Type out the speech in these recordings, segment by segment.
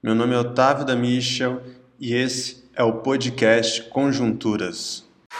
Meu nome é Otávio da Michel e esse é o podcast Conjunturas.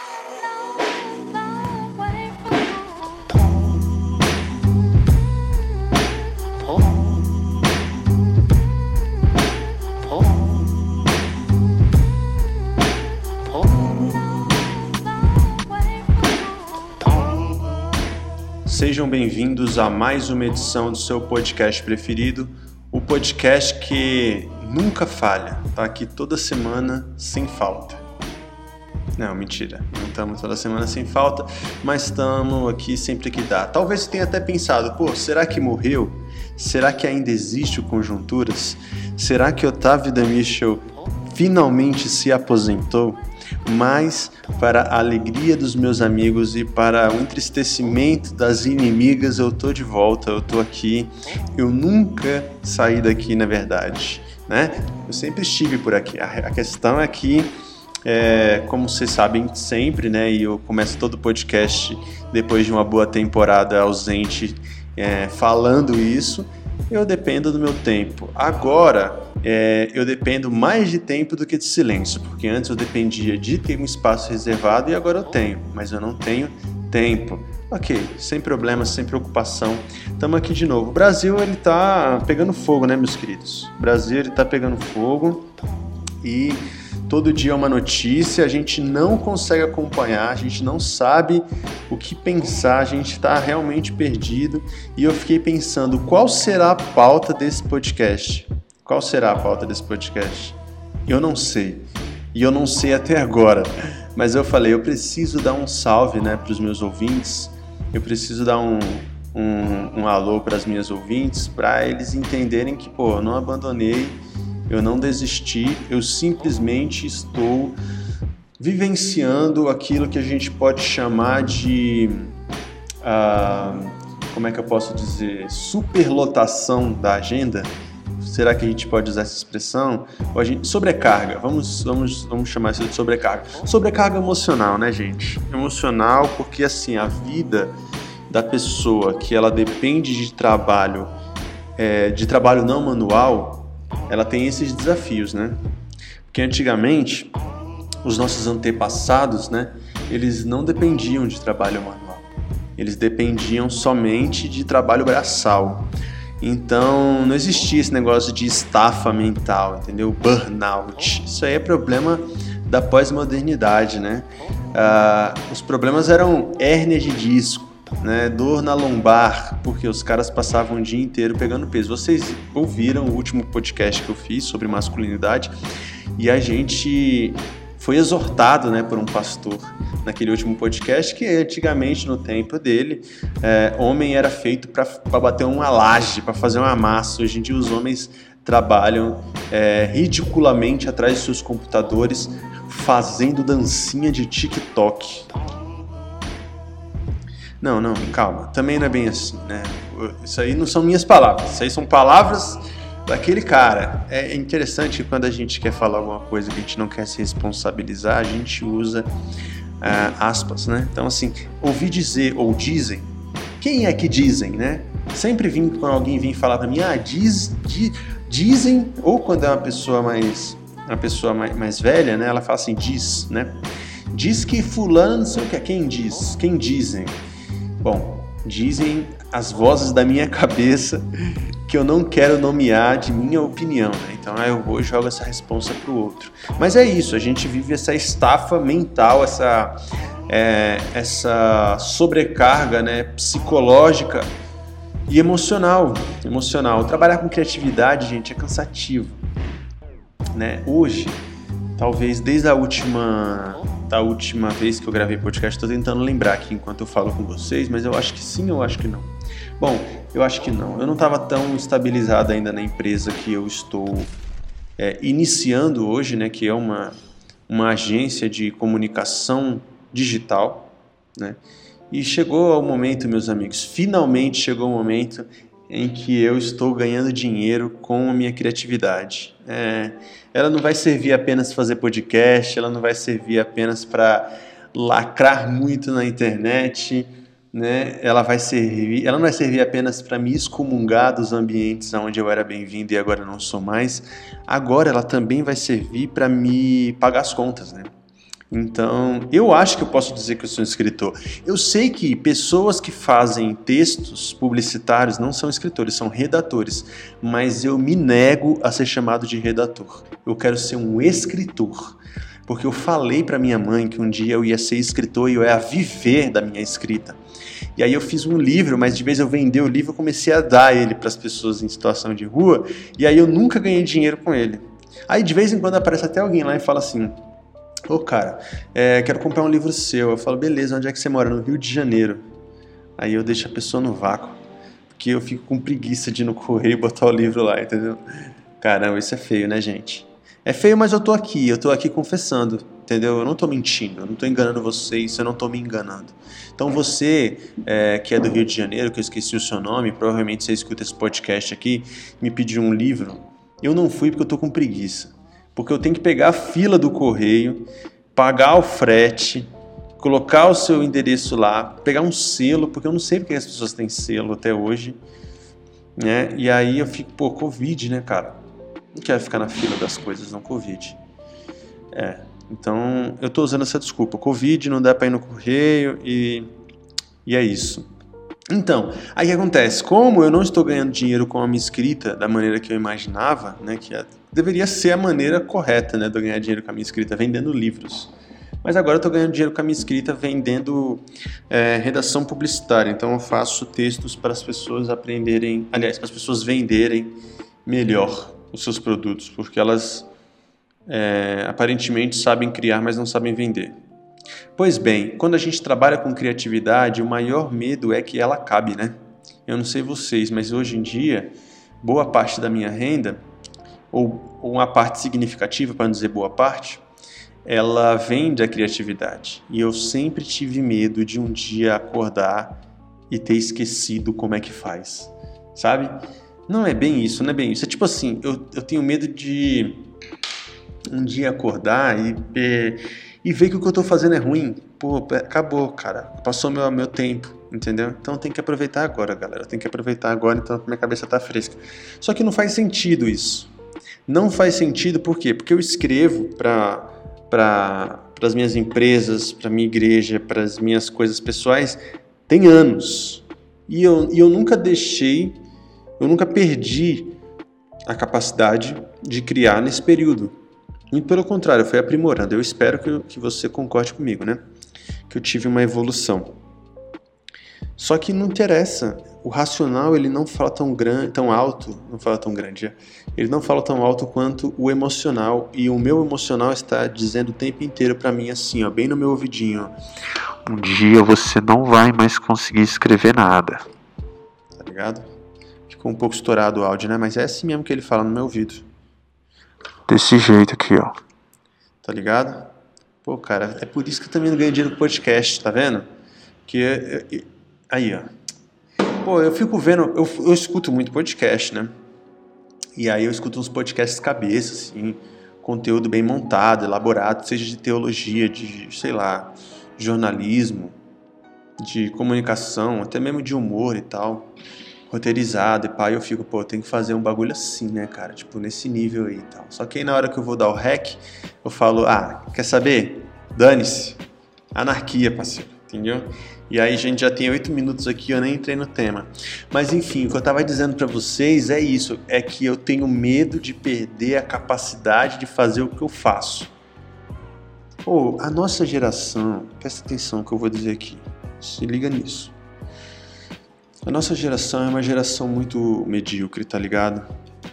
Sejam bem-vindos a mais uma edição do seu podcast preferido, o podcast que nunca falha, tá aqui toda semana sem falta. Não, mentira, não estamos toda semana sem falta, mas estamos aqui sempre que dá. Talvez você tenha até pensado, será que morreu? Será que ainda existe o Conjunturas? Será que Otávio da Michel finalmente se aposentou? Mas, para a alegria dos meus amigos e para o entristecimento das inimigas, eu tô de volta, eu tô aqui. Eu nunca saí daqui, na verdade, né? Eu sempre estive por aqui. A questão é que, como vocês sabem sempre, né? E eu começo todo o podcast depois de uma boa temporada ausente, falando isso. Eu dependo do meu tempo. Agora, eu dependo mais de tempo do que de silêncio, porque antes eu dependia de ter um espaço reservado e agora eu tenho, mas eu não tenho tempo. Ok, sem problema, sem preocupação. Estamos aqui de novo. O Brasil, ele tá pegando fogo, né, meus queridos? O Brasil, ele tá pegando fogo e todo dia é uma notícia, a gente não consegue acompanhar, a gente não sabe o que pensar, a gente está realmente perdido. E eu fiquei pensando, qual será a pauta desse podcast? Qual será a pauta desse podcast? Eu não sei. E eu não sei até agora. Mas eu falei, eu preciso dar um salve, né, para os meus ouvintes. Eu preciso dar um alô para as minhas ouvintes, para eles entenderem que, eu não abandonei, eu não desisti, eu simplesmente estou vivenciando aquilo que a gente pode chamar de, como é que eu posso dizer, superlotação da agenda. Será que a gente pode usar essa expressão? Sobrecarga, vamos chamar isso de sobrecarga. Sobrecarga emocional, né, gente? Emocional, porque assim, a vida da pessoa que ela depende de trabalho não manual, ela tem esses desafios, né? Porque antigamente, os nossos antepassados, né, eles não dependiam de trabalho manual. Eles dependiam somente de trabalho braçal. Então, não existia esse negócio de estafa mental, entendeu? Burnout. Isso aí é problema da pós-modernidade, né? Os problemas eram hérnia de disco, né? Dor na lombar, porque os caras passavam o dia inteiro pegando peso. Vocês ouviram o último podcast que eu fiz sobre masculinidade e a gente foi exortado, né, por um pastor naquele último podcast que antigamente, no tempo dele, homem era feito para bater uma laje, para fazer uma massa. Hoje em dia os homens trabalham ridiculamente atrás de seus computadores fazendo dancinha de TikTok. Não, calma, também não é bem assim, né? Isso aí não são minhas palavras, isso aí são palavras daquele cara. É interessante que quando a gente quer falar alguma coisa que a gente não quer se responsabilizar, a gente usa aspas, né? Então assim, ouvi dizer ou dizem, quem é que dizem, né? Sempre quando alguém vem falar pra mim, dizem, ou quando é uma pessoa mais velha, né? Ela fala assim, diz, né? Diz que fulano, não sei o que é, quem diz? Quem dizem? Bom, dizem as vozes da minha cabeça que eu não quero nomear de minha opinião, né? Então eu vou e jogo essa responsa pro outro. Mas é isso, a gente vive essa estafa mental, essa sobrecarga, né, psicológica e emocional. Trabalhar com criatividade, gente, é cansativo, né? Hoje, talvez desde a última vez que eu gravei podcast, estou tentando lembrar aqui enquanto eu falo com vocês, mas eu acho que sim, eu acho que não. Bom, eu acho que não. Eu não estava tão estabilizado ainda na empresa que eu estou iniciando hoje, né, que é uma agência de comunicação digital, né? E chegou o momento, meus amigos, finalmente chegou o momento em que eu estou ganhando dinheiro com a minha criatividade. Ela não vai servir apenas para fazer podcast, ela não vai servir apenas para lacrar muito na internet. né, ela não vai servir apenas para me excomungar dos ambientes onde eu era bem-vindo e agora não sou mais. Agora ela também vai servir para me pagar as contas, né? Então, eu acho que eu posso dizer que eu sou um escritor. Eu sei que pessoas que fazem textos publicitários não são escritores, são redatores, mas eu me nego a ser chamado de redator. Eu quero ser um escritor, porque eu falei para minha mãe que um dia eu ia ser escritor e eu ia viver da minha escrita. E aí eu fiz um livro, mas de vez eu vender o livro, eu comecei a dar ele para as pessoas em situação de rua, e aí eu nunca ganhei dinheiro com ele. Aí de vez em quando aparece até alguém lá e fala assim: ô cara, quero comprar um livro seu. Eu falo, beleza, onde é que você mora? No Rio de Janeiro. Aí eu deixo a pessoa no vácuo, porque eu fico com preguiça de ir no correio e botar o livro lá, entendeu? Caramba, isso é feio, né, gente? É feio, mas eu tô aqui confessando, entendeu? Eu não tô mentindo, eu não tô enganando vocês, eu não tô me enganando. Então você, que é do Rio de Janeiro, que eu esqueci o seu nome, provavelmente você escuta esse podcast aqui, me pediu um livro. Eu não fui porque eu tô com preguiça. Porque eu tenho que pegar a fila do correio, pagar o frete, colocar o seu endereço lá, pegar um selo, porque eu não sei porque as pessoas têm selo até hoje, né? E aí eu fico, Covid, né, cara? Não quero ficar na fila das coisas, não, Covid. Então eu tô usando essa desculpa. Covid, não dá pra ir no correio e é isso. Então, aí o que acontece? Como eu não estou ganhando dinheiro com a minha escrita da maneira que eu imaginava, né, deveria ser a maneira correta, né, de eu ganhar dinheiro com a minha escrita, vendendo livros. Mas agora eu estou ganhando dinheiro com a minha escrita vendendo redação publicitária. Então eu faço textos para as pessoas aprenderem, aliás, para as pessoas venderem melhor os seus produtos, porque elas aparentemente sabem criar, mas não sabem vender. Pois bem, quando a gente trabalha com criatividade, o maior medo é que ela acabe, né? Eu não sei vocês, mas hoje em dia, boa parte da minha renda, ou uma parte significativa, para não dizer boa parte, ela vem da criatividade. E eu sempre tive medo de um dia acordar e ter esquecido como é que faz, sabe? Não é bem isso, não é bem isso. É tipo assim, eu tenho medo de um dia acordar e ver que o que eu tô fazendo é ruim. Pô, acabou, cara. Passou meu tempo, entendeu? Então tem que aproveitar agora, galera. Tem que aproveitar agora, então minha cabeça tá fresca. Só que não faz sentido isso. Não faz sentido por quê? Porque eu escrevo para as minhas empresas, para minha igreja, para as minhas coisas pessoais, tem anos. E eu nunca perdi a capacidade de criar nesse período. Muito pelo contrário, eu fui aprimorando. Eu espero que você concorde comigo, né? Que eu tive uma evolução. Só que não interessa. O racional, ele não fala tão alto, não fala tão grande. Ele não fala tão alto quanto o emocional. E o meu emocional está dizendo o tempo inteiro pra mim assim, ó, bem no meu ouvidinho, ó, um dia você não vai mais conseguir escrever nada. Tá ligado? Ficou um pouco estourado o áudio, né? Mas é assim mesmo que ele fala no meu ouvido. Desse jeito aqui, ó. Tá ligado? Pô, cara, é por isso que eu também não ganho dinheiro com podcast, tá vendo? Aí, ó. Pô, eu fico vendo, eu escuto muito podcast, né? E aí eu escuto uns podcasts cabeça, assim, conteúdo bem montado, elaborado, seja de teologia, de, sei lá, jornalismo, de comunicação, até mesmo de humor e tal, roteirizado e pá, eu fico, pô, eu tenho que fazer um bagulho assim, né, cara, tipo, nesse nível aí e tal. Só que aí na hora que eu vou dar o rec, eu falo, quer saber? Dane-se. Anarquia, parceiro, entendeu? E aí a gente já tem 8 minutos aqui, eu nem entrei no tema. Mas enfim, o que eu tava dizendo pra vocês é isso, é que eu tenho medo de perder a capacidade de fazer o que eu faço. Pô, a nossa geração, presta atenção no que eu vou dizer aqui, se liga nisso. A nossa geração é uma geração muito medíocre, tá ligado?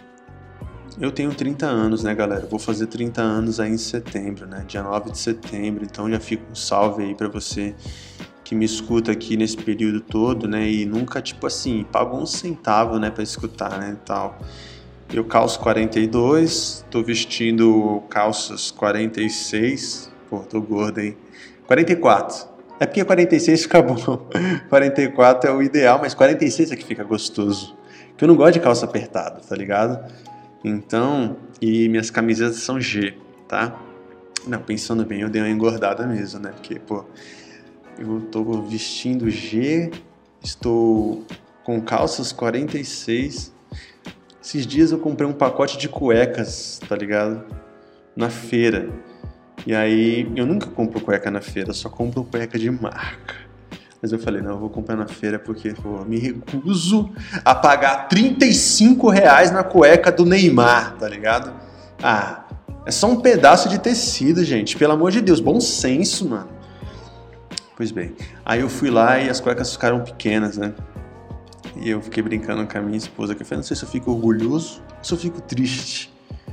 Eu tenho 30 anos, né, galera? Vou fazer 30 anos aí em setembro, né? Dia 9 de setembro, então já fica um salve aí pra você que me escuta aqui nesse período todo, né? E nunca, tipo assim, pagou um centavo, né, pra escutar, né, e tal. Eu calço 42, tô vestindo calças 46, pô, tô gordo, hein? 44. É porque 46 fica bom. 44 é o ideal, mas 46 é que fica gostoso. Porque eu não gosto de calça apertada, tá ligado? Então, e minhas camisetas são G, tá? Não, pensando bem, eu dei uma engordada mesmo, né? Porque, pô, Eu estou vestindo G, estou com calças 46. Esses dias eu comprei um pacote de cuecas, tá ligado? Na feira. E aí, eu nunca compro cueca na feira, só compro cueca de marca. Mas eu falei, não, eu vou comprar na feira porque, pô, me recuso a pagar R$35 na cueca do Neymar, tá ligado? Ah, é só um pedaço de tecido, gente. Pelo amor de Deus, bom senso, mano. Pois bem, aí eu fui lá e as cuecas ficaram pequenas, né? E eu fiquei brincando com a minha esposa, que eu falei, não sei se eu fico orgulhoso ou se eu fico triste.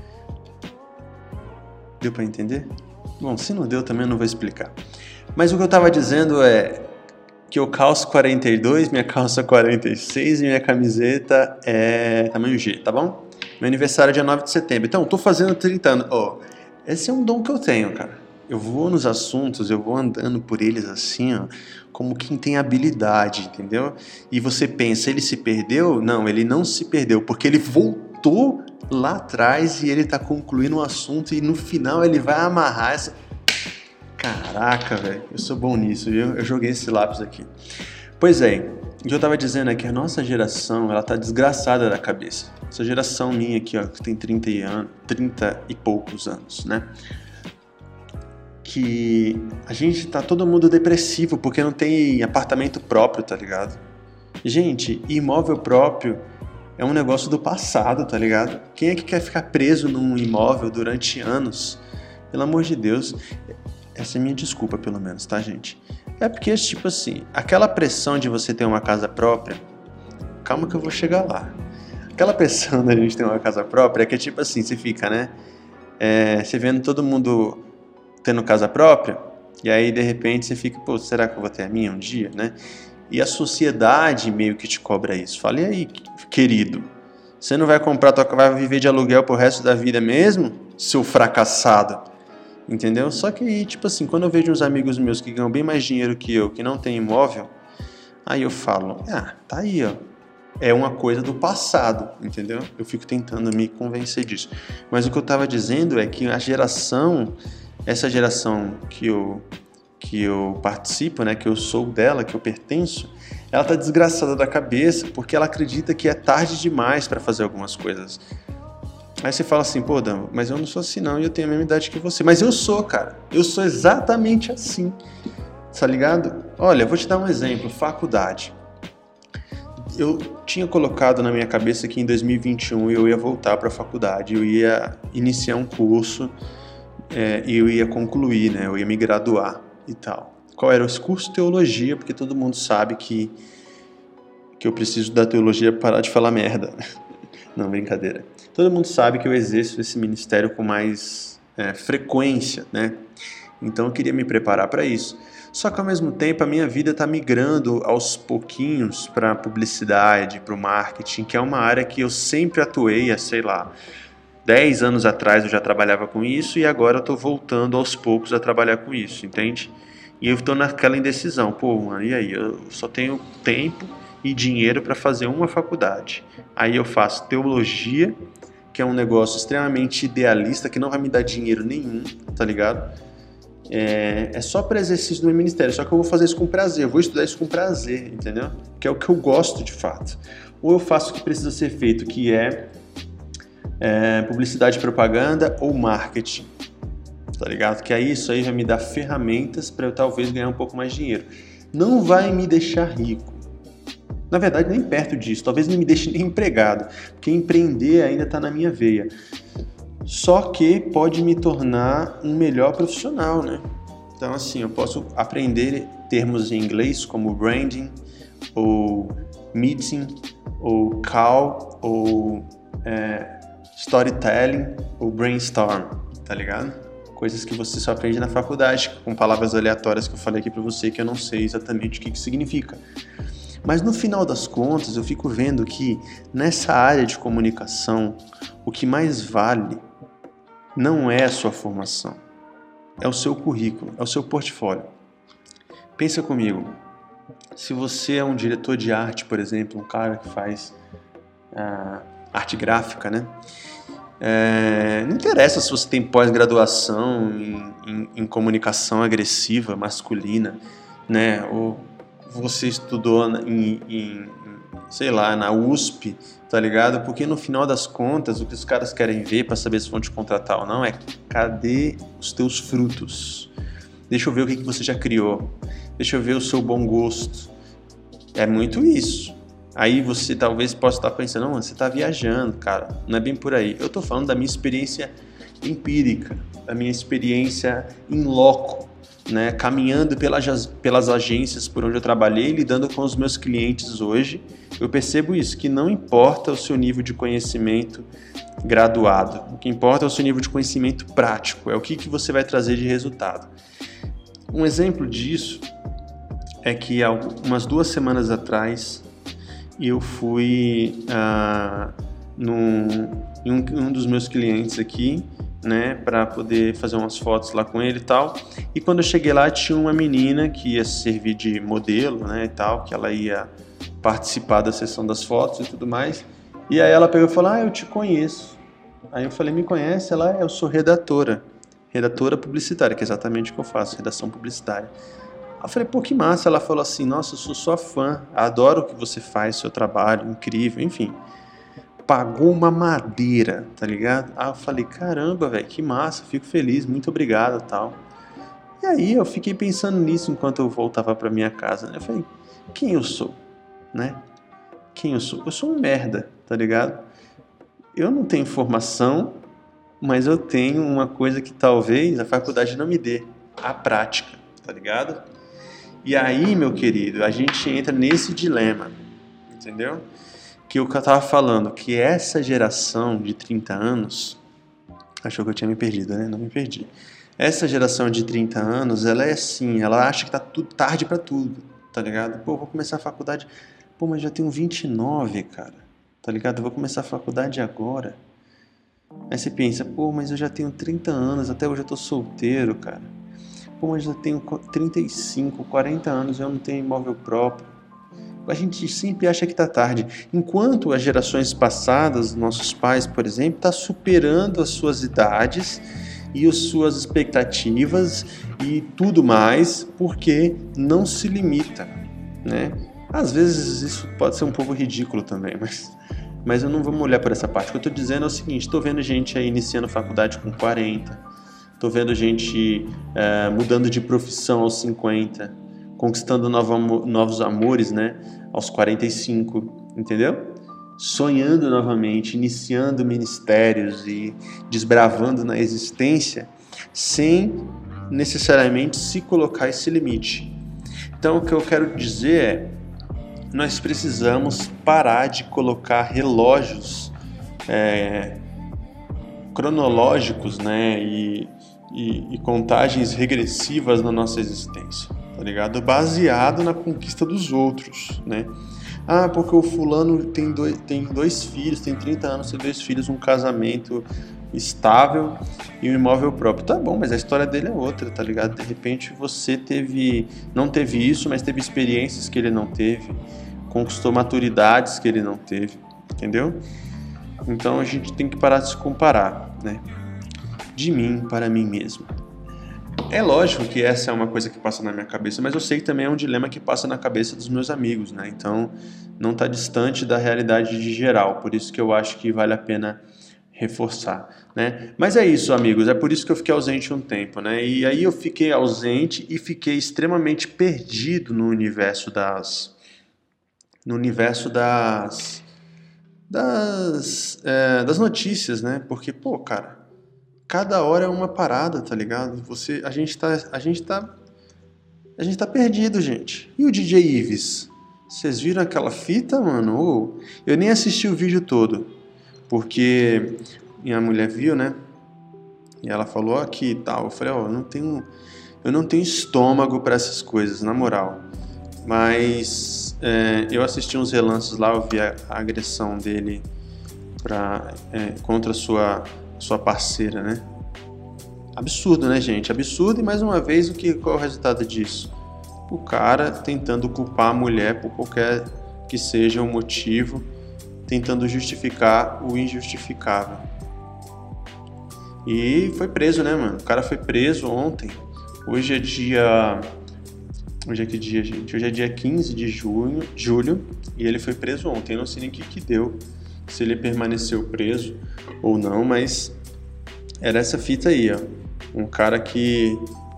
Deu pra entender? Bom, se não deu também eu não vou explicar. Mas o que eu tava dizendo é que eu calço 42, minha calça 46 e minha camiseta é tamanho G, tá bom? Meu aniversário é dia 9 de setembro. Então, tô fazendo 30 anos. Esse é um dom que eu tenho, cara. Eu vou nos assuntos, eu vou andando por eles assim, ó, como quem tem habilidade, entendeu? E você pensa, ele se perdeu? Não, ele não se perdeu, porque ele voltou lá atrás e ele tá concluindo um assunto e no final ele vai amarrar essa... Caraca, velho, eu sou bom nisso, viu? Eu joguei esse lápis aqui. Pois é, o que eu tava dizendo é que a nossa geração, ela tá desgraçada da cabeça. Essa geração minha aqui, ó, que tem 30 e poucos anos, né? Que a gente tá todo mundo depressivo porque não tem apartamento próprio, tá ligado? Gente, imóvel próprio é um negócio do passado, tá ligado? Quem é que quer ficar preso num imóvel durante anos? Pelo amor de Deus, essa é minha desculpa, pelo menos, tá, gente? É porque, tipo assim, aquela pressão de você ter uma casa própria, calma que eu vou chegar lá. Aquela pressão da gente ter uma casa própria é que, tipo assim, você fica, né? Você vendo todo mundo tendo casa própria, e aí, de repente, você fica, pô, será que eu vou ter a minha um dia, né? E a sociedade meio que te cobra isso. Fala, e aí, querido, você não vai comprar, vai viver de aluguel pro resto da vida mesmo, seu fracassado? Entendeu? Só que, tipo assim, quando eu vejo uns amigos meus que ganham bem mais dinheiro que eu, que não tem imóvel, aí eu falo, tá aí, ó. É uma coisa do passado, entendeu? Eu fico tentando me convencer disso. Mas o que eu tava dizendo é que essa geração que eu participo, né, que eu sou dela, que eu pertenço, ela tá desgraçada da cabeça porque ela acredita que é tarde demais para fazer algumas coisas. Aí você fala assim, pô, Dan, mas eu não sou assim não e eu tenho a mesma idade que você. Mas eu sou, cara. Eu sou exatamente assim. Tá ligado? Olha, eu vou te dar um exemplo. Faculdade. Eu tinha colocado na minha cabeça que em 2021 eu ia voltar para a faculdade. Eu ia iniciar um curso e eu ia concluir, né? Eu ia me graduar e tal. Qual era esse curso? Teologia, porque todo mundo sabe que eu preciso da teologia para parar de falar merda. Não, brincadeira. Todo mundo sabe que eu exerço esse ministério com mais frequência, né? Então eu queria me preparar para isso. Só que ao mesmo tempo a minha vida está migrando aos pouquinhos para a publicidade, para o marketing, que é uma área que eu sempre atuei, sei lá, 10 anos atrás eu já trabalhava com isso e agora eu estou voltando aos poucos a trabalhar com isso, entende? E eu estou naquela indecisão, pô, mano, e aí? Eu só tenho tempo e dinheiro para fazer uma faculdade. Aí eu faço teologia, que é um negócio extremamente idealista, que não vai me dar dinheiro nenhum, tá ligado? É só para exercício do meu ministério, só que eu vou fazer isso com prazer, eu vou estudar isso com prazer, entendeu? Que é o que eu gosto de fato. Ou eu faço o que precisa ser feito, que é publicidade e propaganda ou marketing, tá ligado? Que aí isso aí vai me dar ferramentas para eu talvez ganhar um pouco mais de dinheiro. Não vai me deixar rico. Na verdade, nem perto disso. Talvez não me deixe nem empregado, porque empreender ainda está na minha veia. Só que pode me tornar um melhor profissional, né? Então, assim, eu posso aprender termos em inglês como branding, ou meeting, ou call, ou storytelling, ou brainstorm, tá ligado? Coisas que você só aprende na faculdade, com palavras aleatórias que eu falei aqui pra você, que eu não sei exatamente o que significa. Mas no final das contas, eu fico vendo que nessa área de comunicação, o que mais vale não é a sua formação, é o seu currículo, é o seu portfólio. Pensa comigo, se você é um diretor de arte, por exemplo, um cara que faz arte gráfica, né? Não interessa se você tem pós-graduação em comunicação agressiva, masculina, né? Ou você estudou sei lá, na USP, tá ligado? Porque no final das contas, o que os caras querem ver para saber se vão te contratar ou não é cadê os teus frutos? Deixa eu ver o que você já criou. Deixa eu ver o seu bom gosto. É muito isso. Aí você talvez possa estar pensando, não, você está viajando, cara. Não é bem por aí. Eu estou falando da minha experiência empírica, da minha experiência in loco, né? Caminhando pelas agências por onde eu trabalhei, lidando com os meus clientes hoje. Eu percebo isso, que não importa o seu nível de conhecimento graduado. O que importa é o seu nível de conhecimento prático. É o que você vai trazer de resultado. Um exemplo disso é que há umas 2 semanas atrás eu fui em um dos meus clientes aqui, né, para poder fazer umas fotos lá com ele e tal. E quando eu cheguei lá tinha uma menina que ia servir de modelo, né, e tal, que ela ia participar da sessão das fotos e tudo mais. E aí ela pegou e falou, eu te conheço. Aí eu falei, me conhece? Ela, eu sou redatora publicitária, que é exatamente o que eu faço, redação publicitária. Aí eu falei, pô, que massa. Ela falou assim, nossa, eu sou sua fã, adoro o que você faz, seu trabalho, incrível, enfim. Pagou uma madeira, tá ligado? Aí eu falei, caramba, velho, que massa, fico feliz, muito obrigado e tal. E aí eu fiquei pensando nisso enquanto eu voltava pra minha casa, né? Eu falei, quem eu sou, né? Quem eu sou? Eu sou um merda, tá ligado? Eu não tenho formação, mas eu tenho uma coisa que talvez a faculdade não me dê, a prática, tá ligado? E aí, meu querido, a gente entra nesse dilema, entendeu? Que eu tava falando, que essa geração de 30 anos, achou que eu tinha me perdido, né? Não me perdi. Essa geração de 30 anos, ela é assim, ela acha que tá tudo tarde pra tudo, tá ligado? Pô, vou começar a faculdade, pô, mas já tenho 29, cara, tá ligado? Eu vou começar a faculdade agora. Aí você pensa, pô, mas eu já tenho 30 anos, até hoje eu tô solteiro, cara. Pô, mas eu já tenho 35, 40 anos, eu não tenho imóvel próprio. A gente sempre acha que tá tarde. Enquanto as gerações passadas, nossos pais, por exemplo, tá superando as suas idades e as suas expectativas e tudo mais, porque não se limita, né? Às vezes isso pode ser um pouco ridículo também, mas eu não vou olhar por essa parte. O que eu estou dizendo é o seguinte, estou vendo gente aí iniciando faculdade com 40, estou vendo gente mudando de profissão aos 50, conquistando novos amores, né, aos 45, entendeu? Sonhando novamente, iniciando ministérios e desbravando na existência sem necessariamente se colocar esse limite. Então o que eu quero dizer é, nós precisamos parar de colocar relógios cronológicos, né, e contagens regressivas na nossa existência, tá ligado? Baseado na conquista dos outros, né? Ah, porque o fulano tem dois filhos, tem 30 anos, tem 2 filhos, um casamento estável e um imóvel próprio. Tá bom, mas a história dele é outra, tá ligado? De repente você não teve isso, mas teve experiências que ele não teve, conquistou maturidades que ele não teve, entendeu? Então a gente tem que parar de se comparar, né? De mim para mim mesmo. É lógico que essa é uma coisa que passa na minha cabeça, mas eu sei que também é um dilema que passa na cabeça dos meus amigos, né? Então não está distante da realidade de geral, por isso que eu acho que vale a pena reforçar, né? Mas é isso, amigos, é por isso que eu fiquei ausente um tempo, né? E aí eu fiquei ausente e fiquei extremamente perdido no universo das notícias, né? Porque, pô, cara, cada hora é uma parada, tá ligado? A gente tá perdido, gente. E o DJ Ives? Vocês viram aquela fita, mano? Oh, eu nem assisti o vídeo todo, porque minha mulher viu, né? E ela falou aqui e tal. Eu falei, eu não tenho estômago pra essas coisas, na moral. Mas eu assisti uns relances lá, eu vi a agressão dele contra sua parceira, né? Absurdo, né, gente? Absurdo. E mais uma vez, qual é o resultado disso? O cara tentando culpar a mulher por qualquer que seja o motivo, tentando justificar o injustificável. E foi preso, né, mano? O cara foi preso ontem. Hoje é dia Hoje é que dia, gente? Hoje é dia 15 de julho e ele foi preso ontem. Eu não sei nem o que deu, se ele permaneceu preso ou não, mas era essa fita aí, ó. Um cara que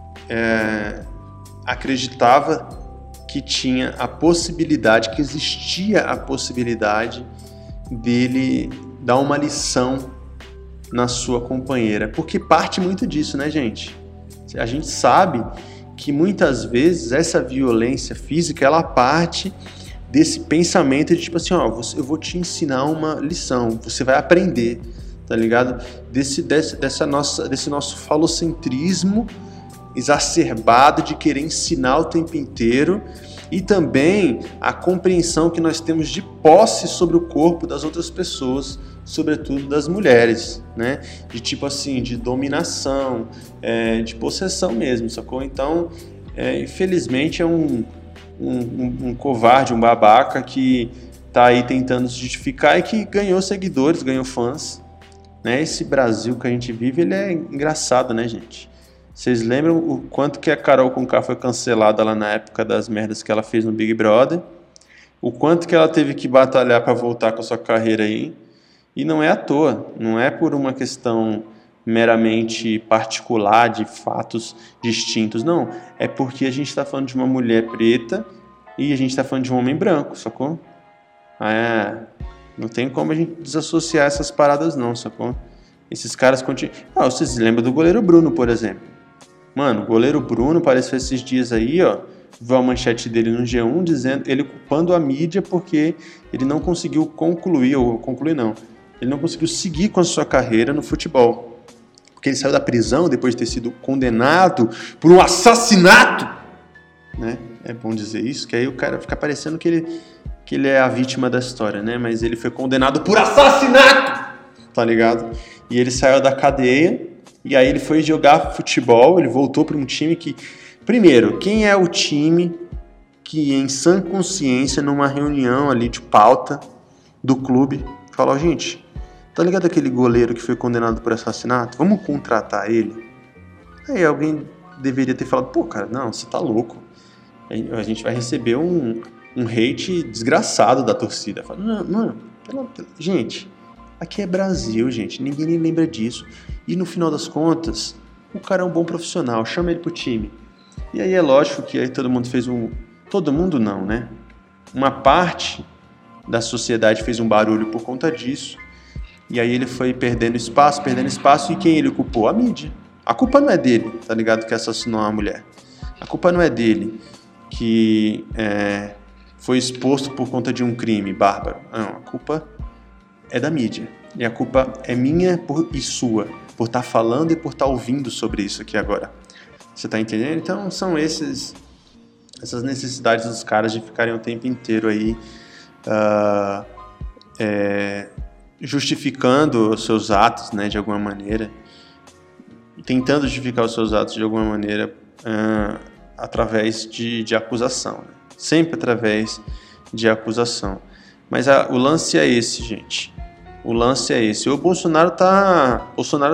acreditava que tinha a possibilidade, que existia a possibilidade dele dar uma lição na sua companheira. Porque parte muito disso, né, gente? A gente sabe que muitas vezes essa violência física, ela parte desse pensamento de tipo assim, ó, eu vou te ensinar uma lição, você vai aprender, tá ligado? Desse nosso falocentrismo exacerbado de querer ensinar o tempo inteiro, e também a compreensão que nós temos de posse sobre o corpo das outras pessoas, sobretudo das mulheres, né? De tipo assim, de dominação, de possessão mesmo, sacou? Então, infelizmente é um covarde, um babaca que tá aí tentando se justificar e que ganhou seguidores, ganhou fãs, né? Esse Brasil que a gente vive, ele é engraçado, né, gente? Vocês lembram o quanto que a Carol Conká foi cancelada lá na época das merdas que ela fez no Big Brother? O quanto que ela teve que batalhar para voltar com a sua carreira aí? E não é à toa, não é por uma questão meramente particular de fatos distintos, não. É porque a gente está falando de uma mulher preta e a gente está falando de um homem branco, sacou? Não tem como a gente desassociar essas paradas não, sacou? Esses caras continuam... vocês lembram do goleiro Bruno, por exemplo? Mano, o goleiro Bruno apareceu esses dias aí, ó, viu a manchete dele no G1 dizendo, ele culpando a mídia porque ele não conseguiu ele não conseguiu seguir com a sua carreira no futebol. Porque ele saiu da prisão depois de ter sido condenado por um assassinato, né? É bom dizer isso, que aí o cara fica parecendo que ele é a vítima da história, né? Mas ele foi condenado por assassinato, tá ligado? E ele saiu da cadeia. E aí ele foi jogar futebol, ele voltou para um time que... Primeiro, quem é o time que em sã consciência, numa reunião ali de pauta do clube, falou, gente, tá ligado aquele goleiro que foi condenado por assassinato? Vamos contratar ele? Aí alguém deveria ter falado, pô, cara, não, você tá louco. A gente vai receber um hate desgraçado da torcida. Fala, não, mano, gente... Aqui é Brasil, gente. Ninguém nem lembra disso. E no final das contas, o cara é um bom profissional. Chama ele pro time. E aí é lógico que aí todo mundo fez Todo mundo não, né? Uma parte da sociedade fez um barulho por conta disso. E aí ele foi perdendo espaço. E quem ele culpou? A mídia. A culpa não é dele, tá ligado? Que assassinou uma mulher. A culpa não é dele que foi exposto por conta de um crime bárbaro. Não, a culpa é da mídia. E a culpa é minha e sua, por estar falando e por estar ouvindo sobre isso aqui agora. Você tá entendendo? Então são essas necessidades dos caras de ficarem o tempo inteiro aí justificando os seus atos, né, de alguma maneira. Tentando justificar os seus atos de alguma maneira através de acusação. Né? Sempre através de acusação. Mas o lance é esse, gente. O lance é esse. O Bolsonaro tá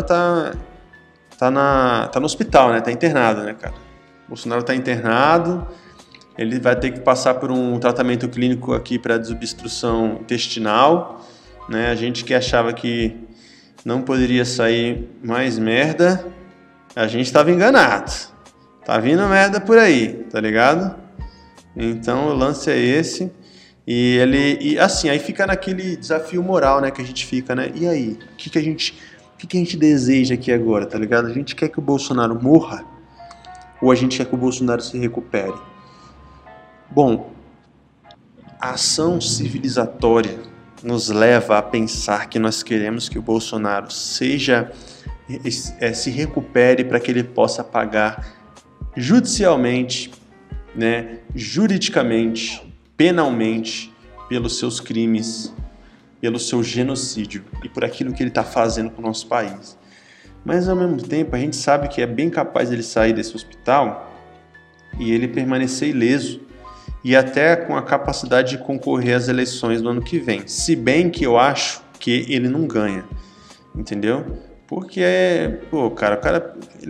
no hospital, né? Tá internado, né, cara? O Bolsonaro tá internado. Ele vai ter que passar por um tratamento clínico aqui para desobstrução intestinal, né? A gente que achava que não poderia sair mais merda, a gente tava enganado. Tá vindo merda por aí, tá ligado? Então o lance é esse. E assim, aí fica naquele desafio moral, né, que a gente fica, né? E aí, o que a gente deseja aqui agora, tá ligado? A gente quer que o Bolsonaro morra ou a gente quer que o Bolsonaro se recupere? Bom, a ação civilizatória nos leva a pensar que nós queremos que o Bolsonaro se recupere para que ele possa pagar judicialmente, né, juridicamente, penalmente, pelos seus crimes, pelo seu genocídio e por aquilo que ele está fazendo com o nosso país. Mas, ao mesmo tempo, a gente sabe que é bem capaz ele sair desse hospital e ele permanecer ileso e até com a capacidade de concorrer às eleições do ano que vem. Se bem que eu acho que ele não ganha, entendeu? Porque, o cara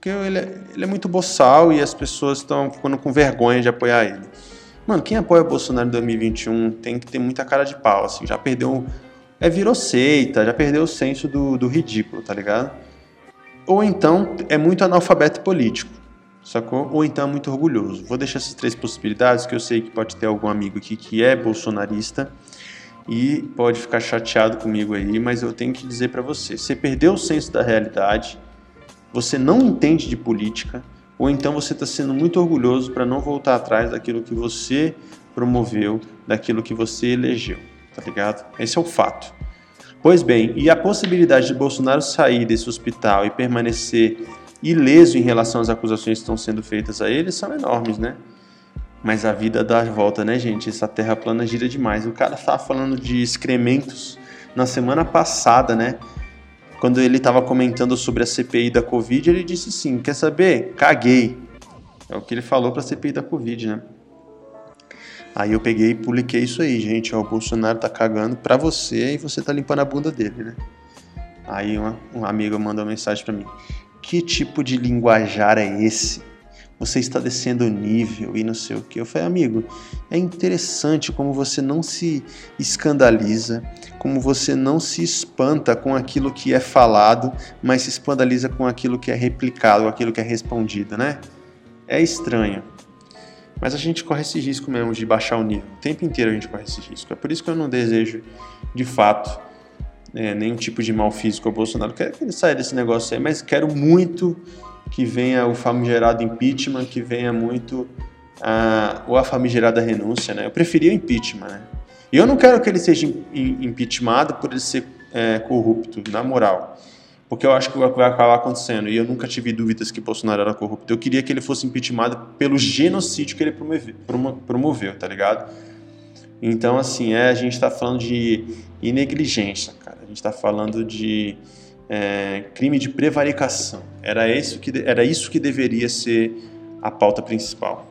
Porque ele é muito boçal e as pessoas estão ficando com vergonha de apoiar ele. Mano, quem apoia o Bolsonaro em 2021 tem que ter muita cara de pau, assim, já perdeu... virou seita, já perdeu o senso do ridículo, tá ligado? Ou então é muito analfabeto político, sacou? Ou então é muito orgulhoso. Vou deixar essas 3 possibilidades, que eu sei que pode ter algum amigo aqui que é bolsonarista e pode ficar chateado comigo aí, mas eu tenho que dizer pra você, você perdeu o senso da realidade, você não entende de política, ou então você está sendo muito orgulhoso para não voltar atrás daquilo que você promoveu, daquilo que você elegeu, tá ligado? Esse é o fato. Pois bem, e a possibilidade de Bolsonaro sair desse hospital e permanecer ileso em relação às acusações que estão sendo feitas a ele são enormes, né? Mas a vida dá a volta, né, gente? Essa terra plana gira demais. O cara estava falando de excrementos na semana passada, né? Quando ele estava comentando sobre a CPI da Covid, ele disse assim, quer saber? Caguei. É o que ele falou para a CPI da Covid, né? Aí eu peguei e publiquei isso aí, gente. Ó, o Bolsonaro tá cagando pra você e você tá limpando a bunda dele, né? Aí um amigo mandou uma mensagem para mim. Que tipo de linguajar é esse? Você está descendo o nível e não sei o que. Eu falei, amigo, é interessante como você não se escandaliza, como você não se espanta com aquilo que é falado, mas se escandaliza com aquilo que é replicado, aquilo que é respondido, né? É estranho. Mas a gente corre esse risco mesmo de baixar o nível. O tempo inteiro a gente corre esse risco. É por isso que eu não desejo, de fato, nenhum tipo de mal físico ao Bolsonaro. Quero que ele saia desse negócio aí, mas quero muito que venha o famigerado impeachment, que venha muito a famigerada renúncia, né? Eu preferia o impeachment, né? E eu não quero que ele seja impeachmentado por ele ser corrupto, na moral. Porque eu acho que vai acabar acontecendo. E eu nunca tive dúvidas que Bolsonaro era corrupto. Eu queria que ele fosse impeachmentado pelo genocídio que ele promoveu, tá ligado? Então, assim, a gente tá falando de negligência, cara. A gente tá falando de crime de prevaricação. Era isso que deveria ser a pauta principal.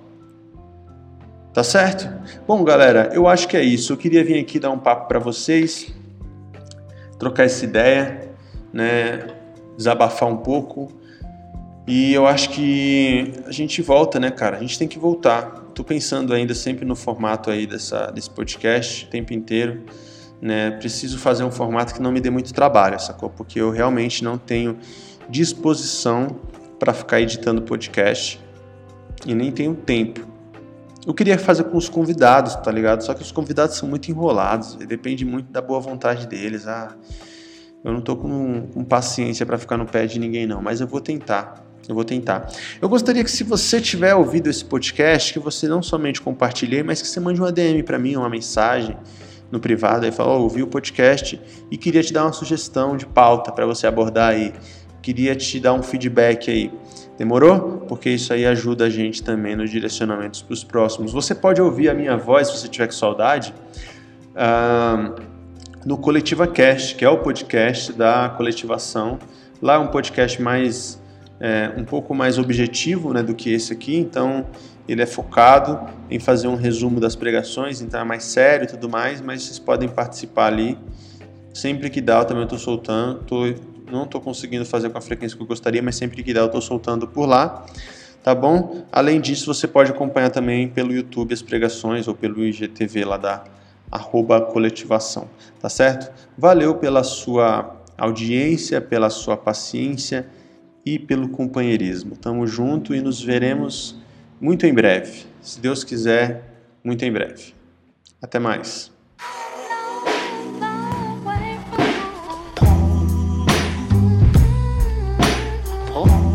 Tá certo? Bom, galera, eu acho que é isso. Eu queria vir aqui dar um papo para vocês, trocar essa ideia, né? Desabafar um pouco. E eu acho que a gente volta, né, cara? A gente tem que voltar. Tô pensando ainda sempre no formato aí desse podcast o tempo inteiro. Né, preciso fazer um formato que não me dê muito trabalho, sacou? Porque eu realmente não tenho disposição para ficar editando podcast e nem tenho tempo. Eu queria fazer com os convidados, tá ligado? Só que os convidados são muito enrolados, depende muito da boa vontade deles. Eu não tô com paciência para ficar no pé de ninguém não, mas eu vou tentar. Eu gostaria que, se você tiver ouvido esse podcast, que você não somente compartilhe, mas que você mande uma DM para mim, uma mensagem no privado, aí fala, ouvi o podcast e queria te dar uma sugestão de pauta para você abordar aí, queria te dar um feedback aí, demorou? Porque isso aí ajuda a gente também nos direcionamentos para os próximos. Você pode ouvir a minha voz, se você tiver com saudade, no Coletiva Cast, que é o podcast da Coletivação. Lá é um podcast mais um pouco mais objetivo, né, do que esse aqui, então ele é focado em fazer um resumo das pregações, então é mais sério e tudo mais, mas vocês podem participar ali. Sempre que dá, eu também estou soltando. Não estou conseguindo fazer com a frequência que eu gostaria, mas sempre que dá, eu estou soltando por lá. Tá bom? Além disso, você pode acompanhar também pelo YouTube as pregações ou pelo IGTV lá da @coletivação. Tá certo? Valeu pela sua audiência, pela sua paciência e pelo companheirismo. Tamo junto e nos veremos muito em breve. Se Deus quiser, muito em breve. Até mais. Oh.